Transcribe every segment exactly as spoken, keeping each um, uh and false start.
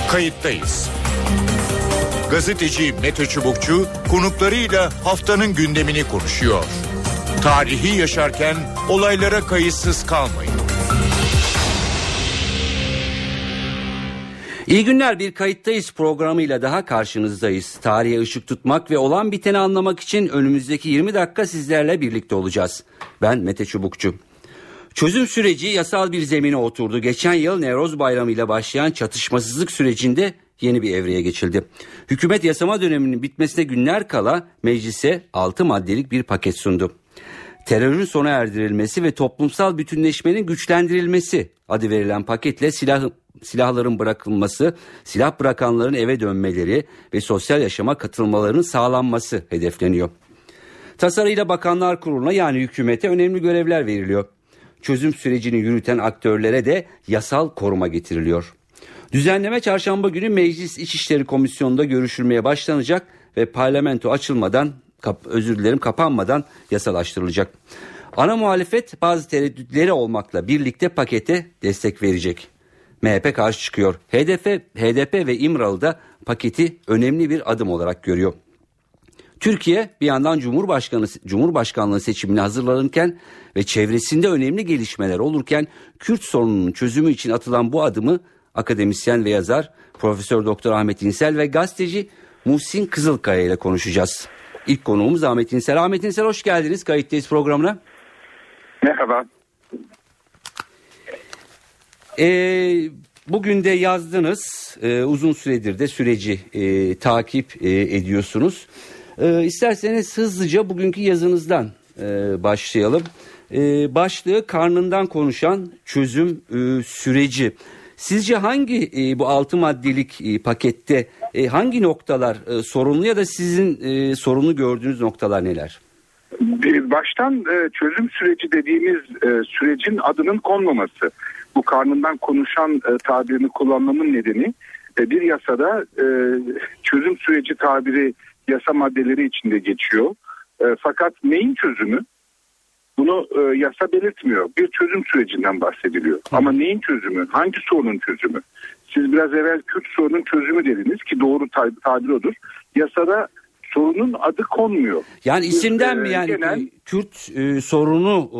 Kayıttayız. Gazeteci Mete Çubukçu konuklarıyla haftanın gündemini konuşuyor. Tarihi yaşarken olaylara kayıtsız kalmayın. İyi günler, bir Kayıttayız programıyla daha karşınızdayız. Tarihe ışık tutmak ve olan biteni anlamak için önümüzdeki yirmi dakika sizlerle birlikte olacağız. Ben Mete Çubukçu. Çözüm süreci yasal bir zemine oturdu. Geçen yıl Nevroz Bayramı ile başlayan çatışmasızlık sürecinde yeni bir evreye geçildi. Hükümet yasama döneminin bitmesine günler kala meclise altı maddelik bir paket sundu. Terörün sona erdirilmesi ve toplumsal bütünleşmenin güçlendirilmesi adı verilen paketle silah, silahların bırakılması, silah bırakanların eve dönmeleri ve sosyal yaşama katılmalarının sağlanması hedefleniyor. Tasarıyla Bakanlar Kurulu'na, yani hükümete önemli görevler veriliyor. Çözüm sürecini yürüten aktörlere de yasal koruma getiriliyor. Düzenleme çarşamba günü Meclis İçişleri Komisyonu'nda görüşülmeye başlanacak ve parlamento açılmadan, kap, özür dilerim kapanmadan yasalaştırılacak. Ana muhalefet bazı tereddütleri olmakla birlikte pakete destek verecek. M H P karşı çıkıyor. H D P, H D P ve İmralı da paketi önemli bir adım olarak görüyor. Türkiye bir yandan Cumhurbaşkanı Cumhurbaşkanlığı seçimine hazırlanırken ve çevresinde önemli gelişmeler olurken Kürt sorununun çözümü için atılan bu adımı akademisyen ve yazar Profesör Doktor Ahmet İnsel ve gazeteci Muhsin Kızılkaya ile konuşacağız. İlk konuğumuz Ahmet İnsel. Ahmet İnsel, hoş geldiniz Kayıttayız programına. Merhaba. Ee, bugün de yazdınız. Ee, uzun süredir de süreci e, takip e, ediyorsunuz. Ee, isterseniz hızlıca bugünkü yazınızdan e, başlayalım. E, başlığı karnından konuşan çözüm e, süreci. Sizce hangi e, bu altı maddelik e, pakette e, hangi noktalar e, sorunlu ya da sizin e, sorunlu gördüğünüz noktalar neler? Baştan e, çözüm süreci dediğimiz e, sürecin adının konmaması. Bu karnından konuşan e, tabirini kullanmamın nedeni e, bir yasada e, çözüm süreci tabiri yasa maddeleri içinde geçiyor. E, fakat neyin çözümü? Bunu e, yasa belirtmiyor. Bir çözüm sürecinden bahsediliyor. Hı. Ama neyin çözümü? Hangi sorunun çözümü? Siz biraz evvel Kürt sorunun çözümü dediniz ki doğru tab- tabir odur. Yasada sorunun adı konmuyor. Yani isimden e, mi yani genel... Kürt e, sorunu e,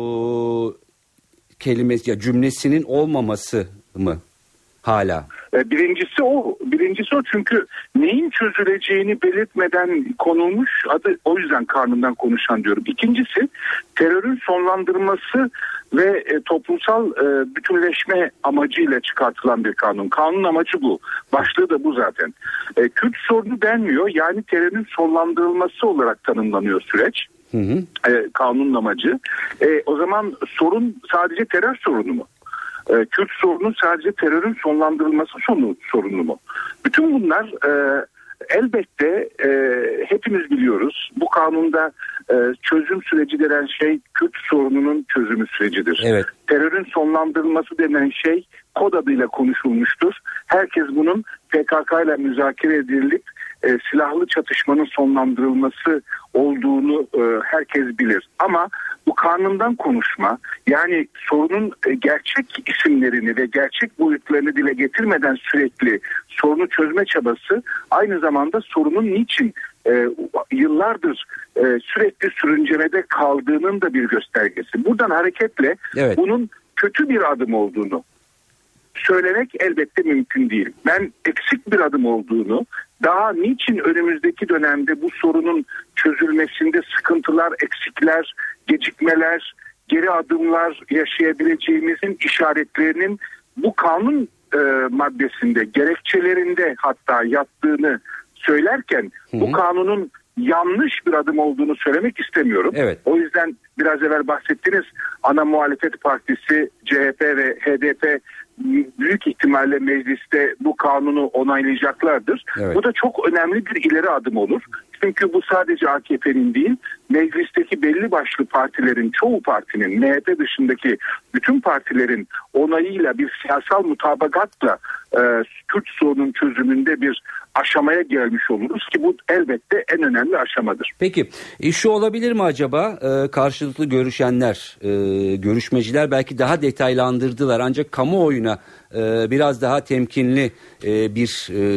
kelimesi ya cümlesinin olmaması mı hala? Birincisi o. Birincisi o çünkü neyin çözüleceğini belirtmeden konulmuş, adı o yüzden karnından konuşan diyorum. İkincisi terörün sonlandırılması ve e, toplumsal e, bütünleşme amacıyla çıkartılan bir kanun. Kanunun amacı bu. Başlığı da bu zaten. E, Kürt sorunu denmiyor. Yani terörün sonlandırılması olarak tanımlanıyor süreç. Hı hı. E, kanunun amacı. E, o zaman sorun sadece terör sorunu mu? Kürt sorunu sadece terörün sonlandırılması sonu, sorunu mu? Bütün bunlar e, elbette e, hepimiz biliyoruz. Bu kanunda e, çözüm süreci denen şey Kürt sorununun çözümü sürecidir. Evet. Terörün sonlandırılması denen şey kod adıyla konuşulmuştur. Herkes bunun P K K ile müzakere edilip e, silahlı çatışmanın sonlandırılması olduğunu e, herkes bilir. Ama bu karnından konuşma, yani sorunun e, gerçek isimlerini ve gerçek boyutlarını dile getirmeden sürekli sorunu çözme çabası aynı zamanda sorunun niçin e, yıllardır e, sürekli sürüncemede kaldığının da bir göstergesi. Buradan hareketle evet, bunun kötü bir adım olduğunu söylemek elbette mümkün değil. Ben eksik bir adım olduğunu, daha niçin önümüzdeki dönemde bu sorunun çözülmesinde sıkıntılar, eksikler, gecikmeler, geri adımlar yaşayabileceğimizin işaretlerinin bu kanun e, maddesinde, gerekçelerinde hatta yattığını söylerken hı hı, bu kanunun yanlış bir adım olduğunu söylemek istemiyorum. Evet. O yüzden biraz evvel bahsettiğiniz ana muhalefet partisi C H P ve H D P büyük ihtimalle mecliste bu kanunu onaylayacaklardır. Evet. Bu da çok önemli bir ileri adım olur. Çünkü bu sadece A K P'nin değil, meclisteki belli başlı partilerin, çoğu partinin, M H P dışındaki bütün partilerin onayıyla, bir siyasal mutabakatla e, Kürt sorunun çözümünde bir aşamaya gelmiş oluruz ki bu elbette en önemli aşamadır. Peki e, şu olabilir mi acaba, e, karşılıklı görüşenler, e, görüşmeciler belki daha detaylandırdılar ancak kamuoyuna e, biraz daha temkinli e, bir e,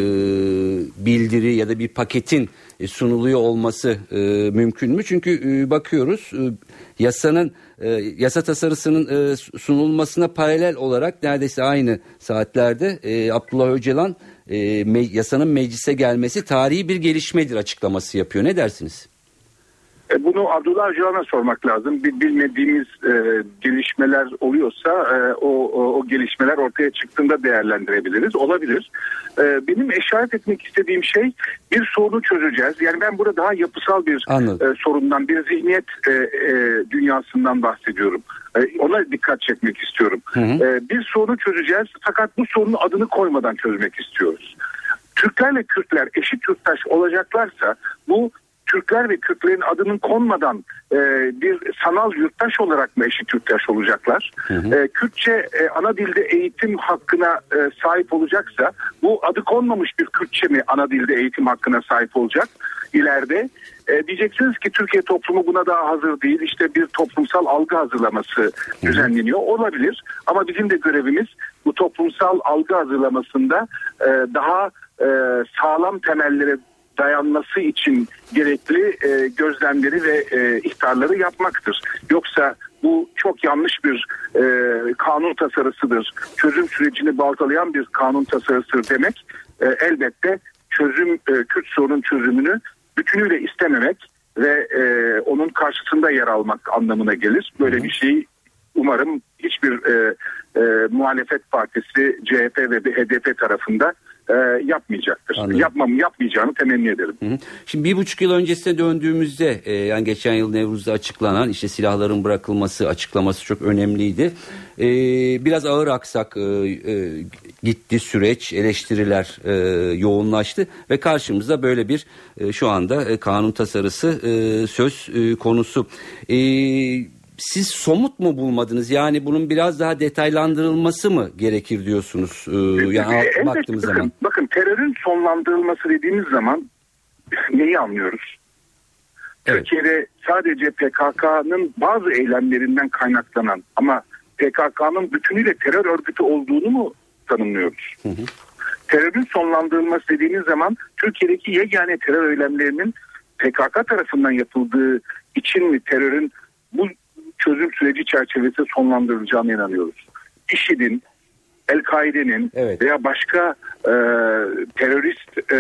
bildiri ya da bir paketin e, sunuluyor olması e, mümkün mü? Çünkü e, bakıyoruz e, yasanın e, yasa tasarısının e, sunulmasına paralel olarak neredeyse aynı saatlerde e, Abdullah Öcalan e, me- yasanın meclise gelmesi tarihi bir gelişmedir açıklaması yapıyor. Ne dersiniz? Bunu Abdullah Öcalan'a sormak lazım. Bilmediğimiz e, gelişmeler oluyorsa e, o, o, o gelişmeler ortaya çıktığında değerlendirebiliriz. Olabilir. E, benim işaret etmek istediğim şey, bir sorunu çözeceğiz. Yani ben burada daha yapısal bir e, sorundan, bir zihniyet e, e, dünyasından bahsediyorum. E, ona dikkat çekmek istiyorum. Hı hı. E, bir sorunu çözeceğiz fakat bu sorunun adını koymadan çözmek istiyoruz. Türklerle Kürtler eşit yurttaş olacaklarsa bu Türkler ve Kürtlerin adının konmadan e, bir sanal yurttaş olarak mı eşit yurttaş olacaklar? Hı hı. E, Kürtçe e, ana dilde eğitim hakkına e, sahip olacaksa bu adı konmamış bir Kürtçe mi ana dilde eğitim hakkına sahip olacak ileride? E, diyeceksiniz ki Türkiye toplumu buna daha hazır değil. İşte bir toplumsal algı hazırlaması düzenleniyor. Olabilir ama bizim de görevimiz bu toplumsal algı hazırlamasında e, daha e, sağlam temellere dayanması için gerekli e, gözlemleri ve e, ihtarları yapmaktır. Yoksa bu çok yanlış bir e, kanun tasarısıdır. Çözüm sürecini baltalayan bir kanun tasarısıdır demek e, elbette çözüm e, Kürt sorunun çözümünü bütünüyle istememek ve e, onun karşısında yer almak anlamına gelir. Böyle bir şeyi umarım hiçbir e, e, muhalefet partisi C H P ve H D P tarafında E, yapmayacaktır. Anladım. Yapmam, yapmayacağını temenni ederim. Hı hı. Şimdi bir buçuk yıl öncesine döndüğümüzde e, yani geçen yıl Nevruz'da açıklanan işte silahların bırakılması açıklaması çok önemliydi. E, biraz ağır aksak e, e, gitti süreç, eleştiriler e, yoğunlaştı ve karşımızda böyle bir e, şu anda e, kanun tasarısı e, söz e, konusu. E, Siz somut mu bulmadınız? Yani bunun biraz daha detaylandırılması mı gerekir diyorsunuz? Ee, yani evet, baktığımız bakın, zaman. Bakın terörün sonlandırılması dediğimiz zaman neyi anlıyoruz? Evet. Türkiye'de sadece P K K'nın bazı eylemlerinden kaynaklanan ama P K K'nın bütünüyle terör örgütü olduğunu mu tanımlıyoruz? Hı hı. Terörün sonlandırılması dediğimiz zaman Türkiye'deki yegane terör eylemlerinin P K K tarafından yapıldığı için mi terörün bu çözüm süreci çerçevesi sonlandırılacağına inanıyoruz. IŞİD'in, El-Kaide'nin evet. veya başka e, terörist e,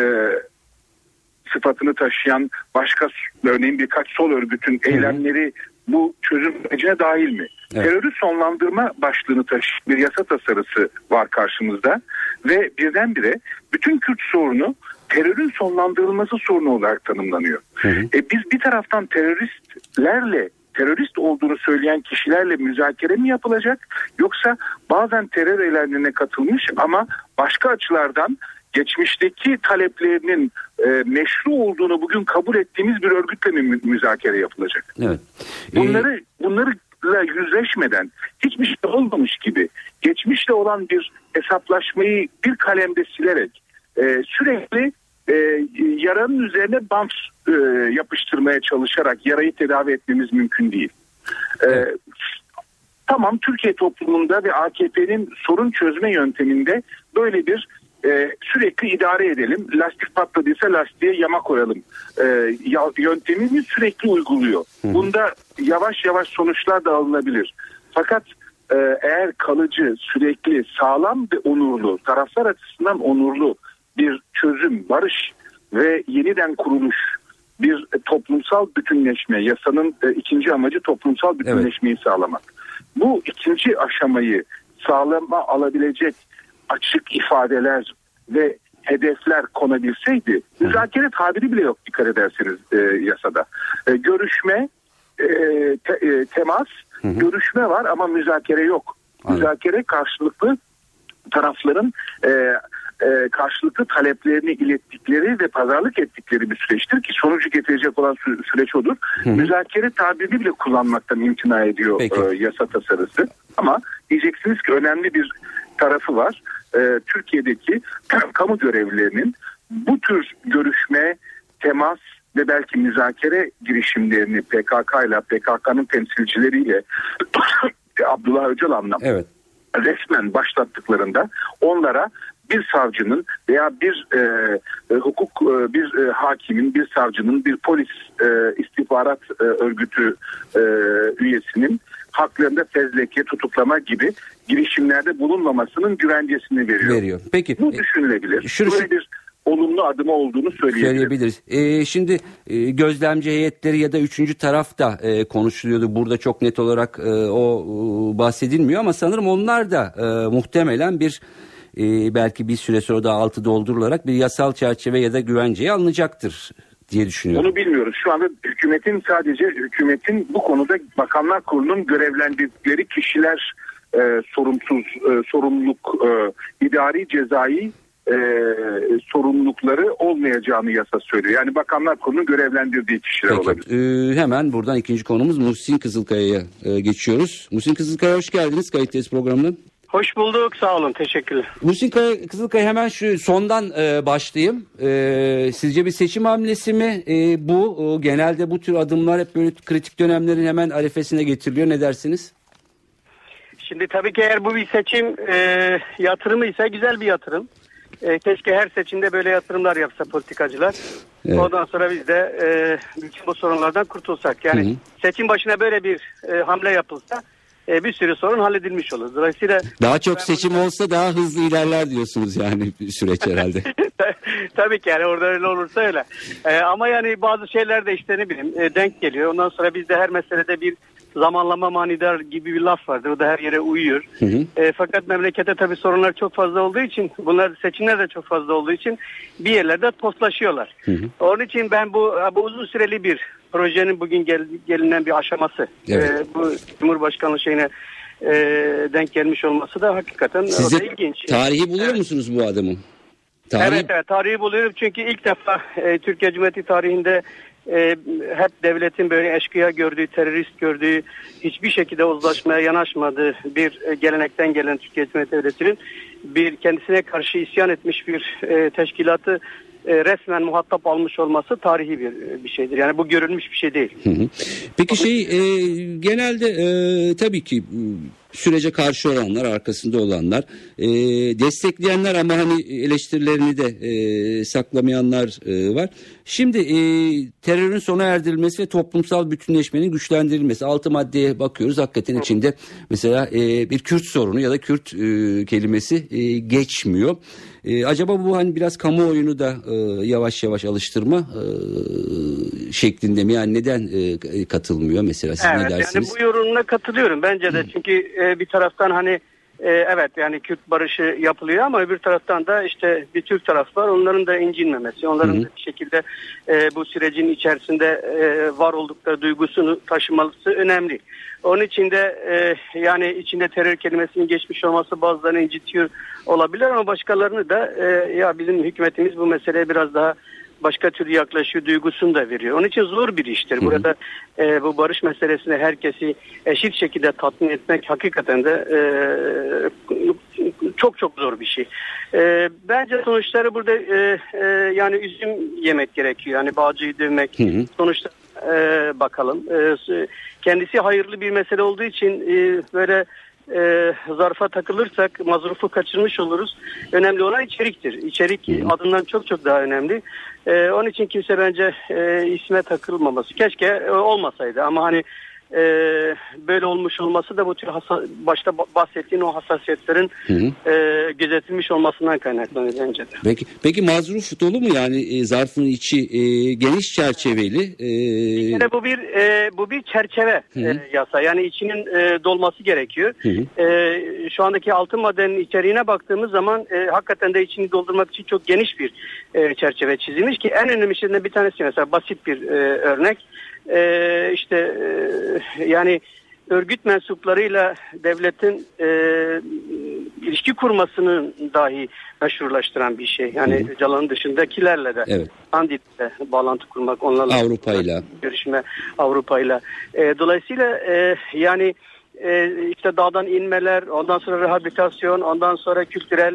sıfatını taşıyan başka örneğin birkaç sol örgütün Hı-hı. eylemleri bu çözüm sürecine dahil mi? Evet. Terörü sonlandırma başlığını taşıyan bir yasa tasarısı var karşımızda ve birdenbire bütün Kürt sorunu terörün sonlandırılması sorunu olarak tanımlanıyor. E, biz bir taraftan teröristlerle terörist olduğunu söyleyen kişilerle müzakere mi yapılacak yoksa bazen terör eylemlerine katılmış ama başka açılardan geçmişteki taleplerinin e, meşru olduğunu bugün kabul ettiğimiz bir örgütle mi mü- müzakere yapılacak? Evet. Bunları bunlarla yüzleşmeden hiçbir şey olmamış gibi geçmişle olan bir hesaplaşmayı bir kalemde silerek e, sürekli e, yaranın üzerine bant e, yapıştırmaya çalışarak yarayı tedavi etmemiz mümkün değil. E, tamam Türkiye toplumunda ve A K P'nin sorun çözme yönteminde böyle bir e, sürekli idare edelim. Lastik patladıysa lastiğe yama koyalım. E, yöntemini sürekli uyguluyor. Bunda yavaş yavaş sonuçlar da alınabilir. Fakat e, eğer kalıcı, sürekli, sağlam ve onurlu, taraflar açısından onurlu bir çözüm, barış ve yeniden kuruluş, bir toplumsal bütünleşme, yasanın e, ikinci amacı toplumsal bütünleşmeyi evet. sağlamak. Bu ikinci aşamayı sağlama alabilecek açık ifadeler ve hedefler konabilseydi, Hı. müzakere tabiri bile yok dikkat ederseniz e, yasada. E, görüşme, e, te, e, temas, Hı. görüşme var ama müzakere yok. Hı. Müzakere karşılıklı tarafların e, e, karşılıklı taleplerini ilettikleri ve pazarlık ettikleri bir süreçtir ki sonucu getirecek olan sü- süreç odur. Hı hı. Müzakere tabirini bile kullanmaktan imtina ediyor e, yasa tasarısı. Ama diyeceksiniz ki önemli bir tarafı var. E, Türkiye'deki kamu görevlilerinin bu tür görüşme, temas ve belki müzakere girişimlerini P K K ile P K K'nın temsilcileriyle Abdullah Öcalan'la evet. resmen başlattıklarında onlara bir savcının veya bir e, e, hukuk e, bir e, hakimin, bir savcının, bir polis e, istihbarat e, örgütü e, üyesinin haklarında fezleke, tutuklama gibi girişimlerde bulunmamasının güvencesini veriyor. veriyor. Peki. Bu düşünülebilir. Şunu, Böyle bir olumlu adımı olduğunu söyleyebiliriz. Ee, şimdi e, gözlemci heyetleri ya da üçüncü taraf da e, konuşuluyordu. Burada çok net olarak e, o e, bahsedilmiyor ama sanırım onlar da e, muhtemelen bir e, belki bir süre sonra da altı doldurularak bir yasal çerçeve ya da güvenceye alınacaktır diye düşünüyorum. Bunu bilmiyoruz. Şu anda hükümetin sadece hükümetin bu konuda Bakanlar Kurulu'nun görevlendirdikleri kişiler e, sorumsuz, e, sorumluluk, e, idari cezai e, sorumlulukları olmayacağını yasa söylüyor. Yani Bakanlar Kurulu'nun görevlendirdiği kişiler Peki. olabilir. Ee, hemen buradan ikinci konumuz Muhsin Kızılkaya'ya e, geçiyoruz. Muhsin Kızılkaya hoş geldiniz Kayıttayız programına. Hoş bulduk, sağ olun, teşekkürler. Muhsin Kızılkaya, hemen şu sondan e, başlayayım. E, sizce bir seçim hamlesi mi e, bu? O, genelde bu tür adımlar hep böyle kritik dönemlerin hemen arifesine getiriliyor. Ne dersiniz? Şimdi tabii ki eğer bu bir seçim e, yatırımı ise güzel bir yatırım. E, keşke her seçimde böyle yatırımlar yapsa politikacılar. Evet. Ondan sonra biz de e, bütün bu sorunlardan kurtulsak. Yani hı hı. seçim başına böyle bir e, hamle yapılsa e, bir sürü sorun halledilmiş olur. Dolayısıyla daha çok seçim bunu... olsa daha hızlı ilerler diyorsunuz yani süreç herhalde. Tabii ki yani orada öyle olursa öyle. E, ama yani bazı şeyler de işte ne bileyim e, denk geliyor. Ondan sonra bizde her meselede bir zamanlama manidar gibi bir laf vardır. O da her yere uyuyor. Hı hı. E, fakat memlekette tabii sorunlar çok fazla olduğu için, bunlar seçimler de çok fazla olduğu için bir yerlerde toslaşıyorlar. Hı hı. Onun için ben bu, bu uzun süreli bir projenin bugün gel, gelinen bir aşaması. Evet. E, bu Cumhurbaşkanlığı şeyine e, denk gelmiş olması da hakikaten Siz o da ilginç. Tarihi buluyor evet. musunuz bu adamı? Tarihi... Evet, evet tarihi buluyorum çünkü ilk defa e, Türkiye Cumhuriyeti tarihinde e, hep devletin böyle eşkıya gördüğü, terörist gördüğü, hiçbir şekilde uzlaşmaya yanaşmadığı bir e, gelenekten gelen Türkiye Cumhuriyeti Devleti'nin bir kendisine karşı isyan etmiş bir e, teşkilatı e, resmen muhatap almış olması tarihi bir bir şeydir. Yani bu görülmüş bir şey değil. Hı hı. Peki şey e, genelde e, tabii ki sürece karşı olanlar, arkasında olanlar, e, destekleyenler ama hani eleştirilerini de e, saklamayanlar e, var. Şimdi e, terörün sona erdirilmesi ve toplumsal bütünleşmenin güçlendirilmesi. Altı maddeye bakıyoruz. Hakikaten içinde mesela e, bir Kürt sorunu ya da Kürt e, kelimesi e, geçmiyor. E, acaba bu hani biraz kamuoyunu da e, yavaş yavaş alıştırma e, şeklinde mi? Yani neden e, katılmıyor mesela? Siz evet, ne dersiniz? Yani bu yorumuna katılıyorum bence de. Çünkü e, bir taraftan hani e, evet yani Kürt barışı yapılıyor ama öbür taraftan da işte bir Türk taraf var. Onların da incinmemesi, onların Hı-hı. da bir şekilde e, bu sürecin içerisinde e, var oldukları duygusunu taşıması önemli. Onun için de e, yani içinde terör kelimesinin geçmiş olması bazılarını incitiyor olabilir ama başkalarını da e, ya bizim hükümetimiz bu meseleye biraz daha başka türlü yaklaşıyor duygusunu da veriyor. Onun için zor bir iştir. Hı hı. Burada e, bu barış meselesine herkesi eşit şekilde tatmin etmek hakikaten de e, çok çok zor bir şey. E, bence sonuçları burada e, e, yani üzüm yemek gerekiyor. Yani bağcıyı dövmek. Hı hı. Sonuçta e, bakalım. E, kendisi hayırlı bir mesele olduğu için e, böyle E, zarfa takılırsak mazrufu kaçırmış oluruz. Önemli olan içeriktir. İçerik hmm. adından çok çok daha önemli. E, onun için kimse bence e, isme takılmaması. Keşke e, olmasaydı ama hani e, böyle olmuş olması da bu tür hassa- başta bahsettiğin o hassasiyetlerin e, gözetilmiş olmasından kaynaklanıyor bence de. Peki, peki mazruf dolu mu yani e, zarfın içi e, geniş çerçeveli? E... Yani bu bir e, bu bir çerçeve e, yasa. Yani içinin e, dolması gerekiyor. E, şu andaki altı maddenin içeriğine baktığımız zaman e, hakikaten de içini doldurmak için çok geniş bir e, çerçeve çizilmiş ki en önemli şeylerden bir tanesi mesela basit bir e, örnek. Ee, işte e, yani örgüt mensuplarıyla devletin e, ilişki kurmasını dahi meşrulaştıran bir şey. Yani Hı. Öcalan'ın dışındakilerle de evet. Andit'le bağlantı kurmak, onlarla Avrupa'yla görüşme, Avrupa'yla. E, dolayısıyla e, yani e, işte dağdan inmeler, ondan sonra rehabilitasyon, ondan sonra kültürel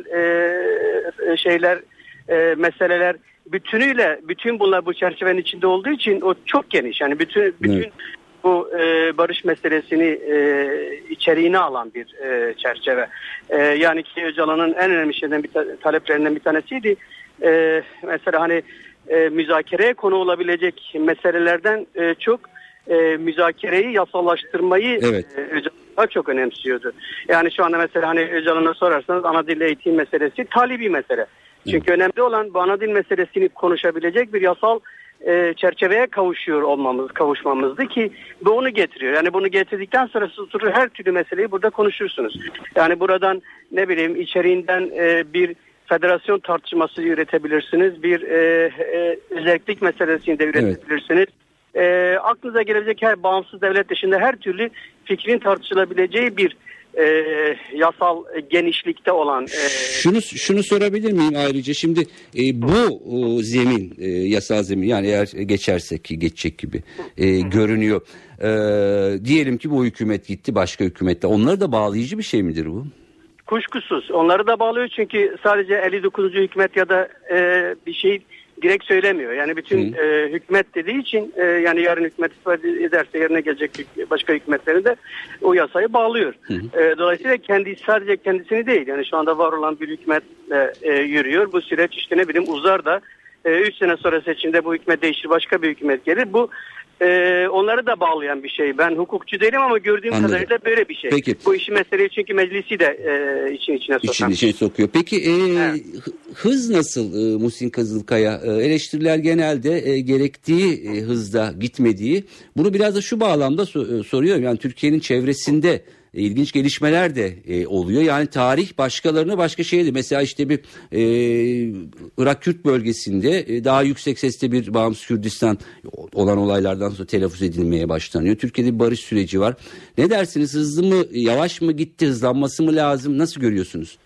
e, şeyler, e, meseleler bütünüyle, bütün bunlar bu çerçevenin içinde olduğu için o çok geniş. Yani bütün bütün evet. bu e, barış meselesini e, içeriğine alan bir e, çerçeve. E, yani ki Öcalan'ın en önemli şeyden bir ta- taleplerinden bir tanesiydi. E, mesela hani e, müzakereye konu olabilecek meselelerden e, çok e, müzakereyi yasallaştırmayı evet. e, Öcalan daha çok önemsiyordu. Yani şu anda mesela hani Öcalan'a sorarsanız ana dil eğitim meselesi talibi mesele. Çünkü evet. önemli olan bu ana dil meselesini konuşabilecek bir yasal e, çerçeveye kavuşuyor olmamız, kavuşmamızdı ki bu onu getiriyor. Yani bunu getirdikten sonra siz her türlü meseleyi burada konuşursunuz. Yani buradan ne bileyim içeriğinden e, bir federasyon tartışması üretebilirsiniz. Bir e, e, özellik meselesini de üretebilirsiniz. Evet. E, aklınıza gelebilecek her bağımsız devlet dışında her türlü fikrin tartışılabileceği bir E, yasal e, genişlikte olan e, şunu şunu sorabilir miyim ayrıca şimdi e, bu o, zemin e, yasal zemin yani eğer geçersek ki geçecek gibi e, görünüyor e, diyelim ki bu hükümet gitti başka hükümette onları da bağlayıcı bir şey midir bu? Kuşkusuz onları da bağlıyor çünkü sadece elli dokuzuncu hükümet ya da e, bir şey direkt söylemiyor. Yani bütün e, hükümet dediği için e, yani yarın hükümet istifade ederse yerine gelecek başka hükümetleri de o yasayı bağlıyor. Hı hı. E, dolayısıyla kendi sadece kendisini değil yani şu anda var olan bir hükümetle e, yürüyor. Bu süreç işte ne bileyim uzar da üç sene sonra seçimde bu hükümet değişir başka bir hükümet gelir. Bu e, onları da bağlayan bir şey. Ben hukukçu değilim ama gördüğüm Anladım. kadarıyla böyle bir şey. Peki. Bu işi meseleyi çünkü meclisi de e, için içine sokan. İçin içine sokuyor. Peki e, evet. hız nasıl e, Muhsin Kızılkaya? E, eleştiriler genelde e, gerektiği e, hızda gitmediği. Bunu biraz da şu bağlamda so- soruyorum. Yani Türkiye'nin çevresinde e, ilginç gelişmeler de e, oluyor. Yani tarih başkalarına başka şeydi. Mesela işte bir e, Irak Kürt bölgesinde e, daha yüksek sesle bir bağımsız Kürdistan olan olaylardan sonra telaffuz edilmeye başlanıyor. Türkiye'de bir barış süreci var. Ne dersiniz? Hızlı mı, yavaş mı gitti? Hızlanması mı lazım? Nasıl görüyorsunuz?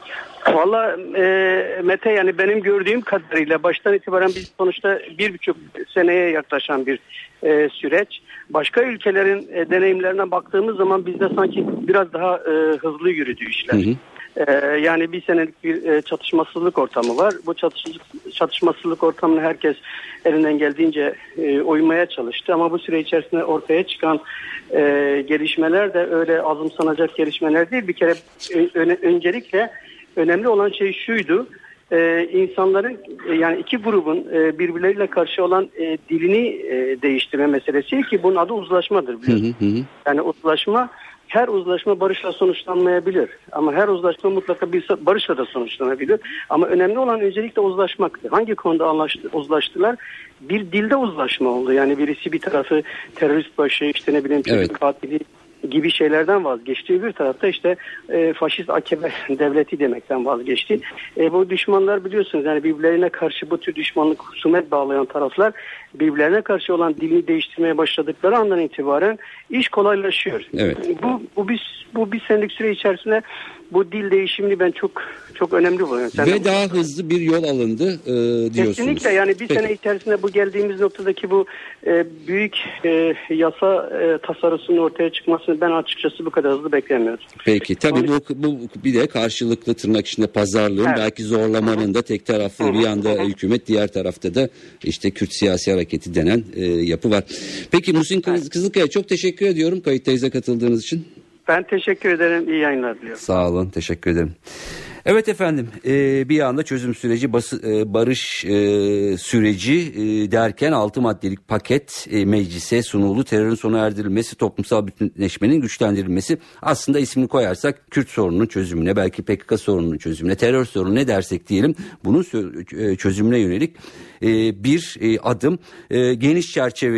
Valla e, Mete yani benim gördüğüm kadarıyla baştan itibaren biz sonuçta bir buçuk seneye yaklaşan bir e, süreç. Başka ülkelerin e, deneyimlerine baktığımız zaman bizde sanki biraz daha e, hızlı yürüdü işler. Hı hı. E, yani bir senelik bir e, çatışmasızlık ortamı var. Bu çatışmasızlık, çatışmasızlık ortamını herkes elinden geldiğince e, uymaya çalıştı. Ama bu süre içerisinde ortaya çıkan e, gelişmeler de öyle azımsanacak gelişmeler değil. Bir kere e, öne, öncelikle önemli olan şey şuydu, e, insanların e, yani iki grubun e, birbirleriyle karşı olan e, dilini e, değiştirme meselesi ki bunun adı uzlaşmadır biliyorsunuz. Hı hı. Yani uzlaşma, her uzlaşma barışla sonuçlanmayabilir ama her uzlaşma mutlaka bir barışla da sonuçlanabilir. Ama önemli olan öncelikle uzlaşmaktır. Hangi konuda anlaştı, uzlaştılar? Bir dilde uzlaşma oldu. Yani birisi bir tarafı terörist başı, işte ne bileyim çocuk evet. katili gibi şeylerden vazgeçti. Bir tarafta işte e, faşist A K P devleti demekten vazgeçti. E, bu düşmanlar biliyorsunuz yani birbirlerine karşı bu tür düşmanlık, husumet bağlayan taraflar birbirlerine karşı olan dilini değiştirmeye başladıkları andan itibaren iş kolaylaşıyor. Evet. Bu bu bir bu bir senelik süre içerisinde bu dil değişimini ben çok çok önemli buluyorum. Sen Ve daha hızlı bir yol alındı e, diyorsunuz. Kesinlikle yani bir Peki. sene içerisinde bu geldiğimiz noktadaki bu e, büyük e, yasa e, tasarısının ortaya çıkmasını ben açıkçası bu kadar hızlı beklemiyordum. Peki tabii bu, bu bir de karşılıklı tırnak içinde pazarlığın evet. belki zorlamanın da tek taraflı Hı-hı. bir yanda Hı-hı. hükümet diğer tarafta da işte Kürt siyasi hareketi denen e, yapı var. Peki Muhsin evet. Kızılkaya çok teşekkür ediyorum kayıttayıza katıldığınız için. Ben teşekkür ederim. İyi yayınlar diliyorum. Sağ olun. Teşekkür ederim. Evet efendim e, bir anda çözüm süreci bası, e, barış e, süreci e, derken altı maddelik paket e, meclise sunuldu. Terörün sona erdirilmesi, toplumsal bütünleşmenin güçlendirilmesi aslında ismini koyarsak Kürt sorununun çözümüne belki P K K sorununun çözümüne terör sorunu ne dersek diyelim bunun çözümüne yönelik e, bir e, adım e, geniş çerçeveli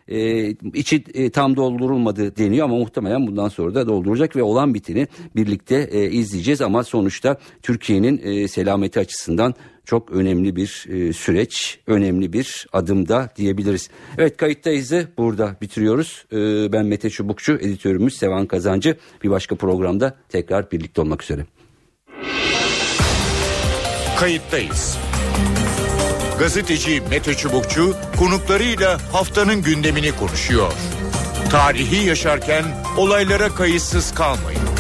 e, içi e, tam doldurulmadı deniyor ama muhtemelen bundan sonra da dolduracak ve olan biteni birlikte e, izleyeceğiz. Ama sonuçta Türkiye'nin e, selameti açısından çok önemli bir e, süreç, önemli bir adım da diyebiliriz. Evet, kayıttayız'ı burada bitiriyoruz. E, ben Mete Çubukçu, editörümüz Sevan Kazancı. Bir başka programda tekrar birlikte olmak üzere. Kayıttayız. Gazeteci Mete Çubukçu konuklarıyla haftanın gündemini konuşuyor. Tarihi yaşarken olaylara kayıtsız kalmayın.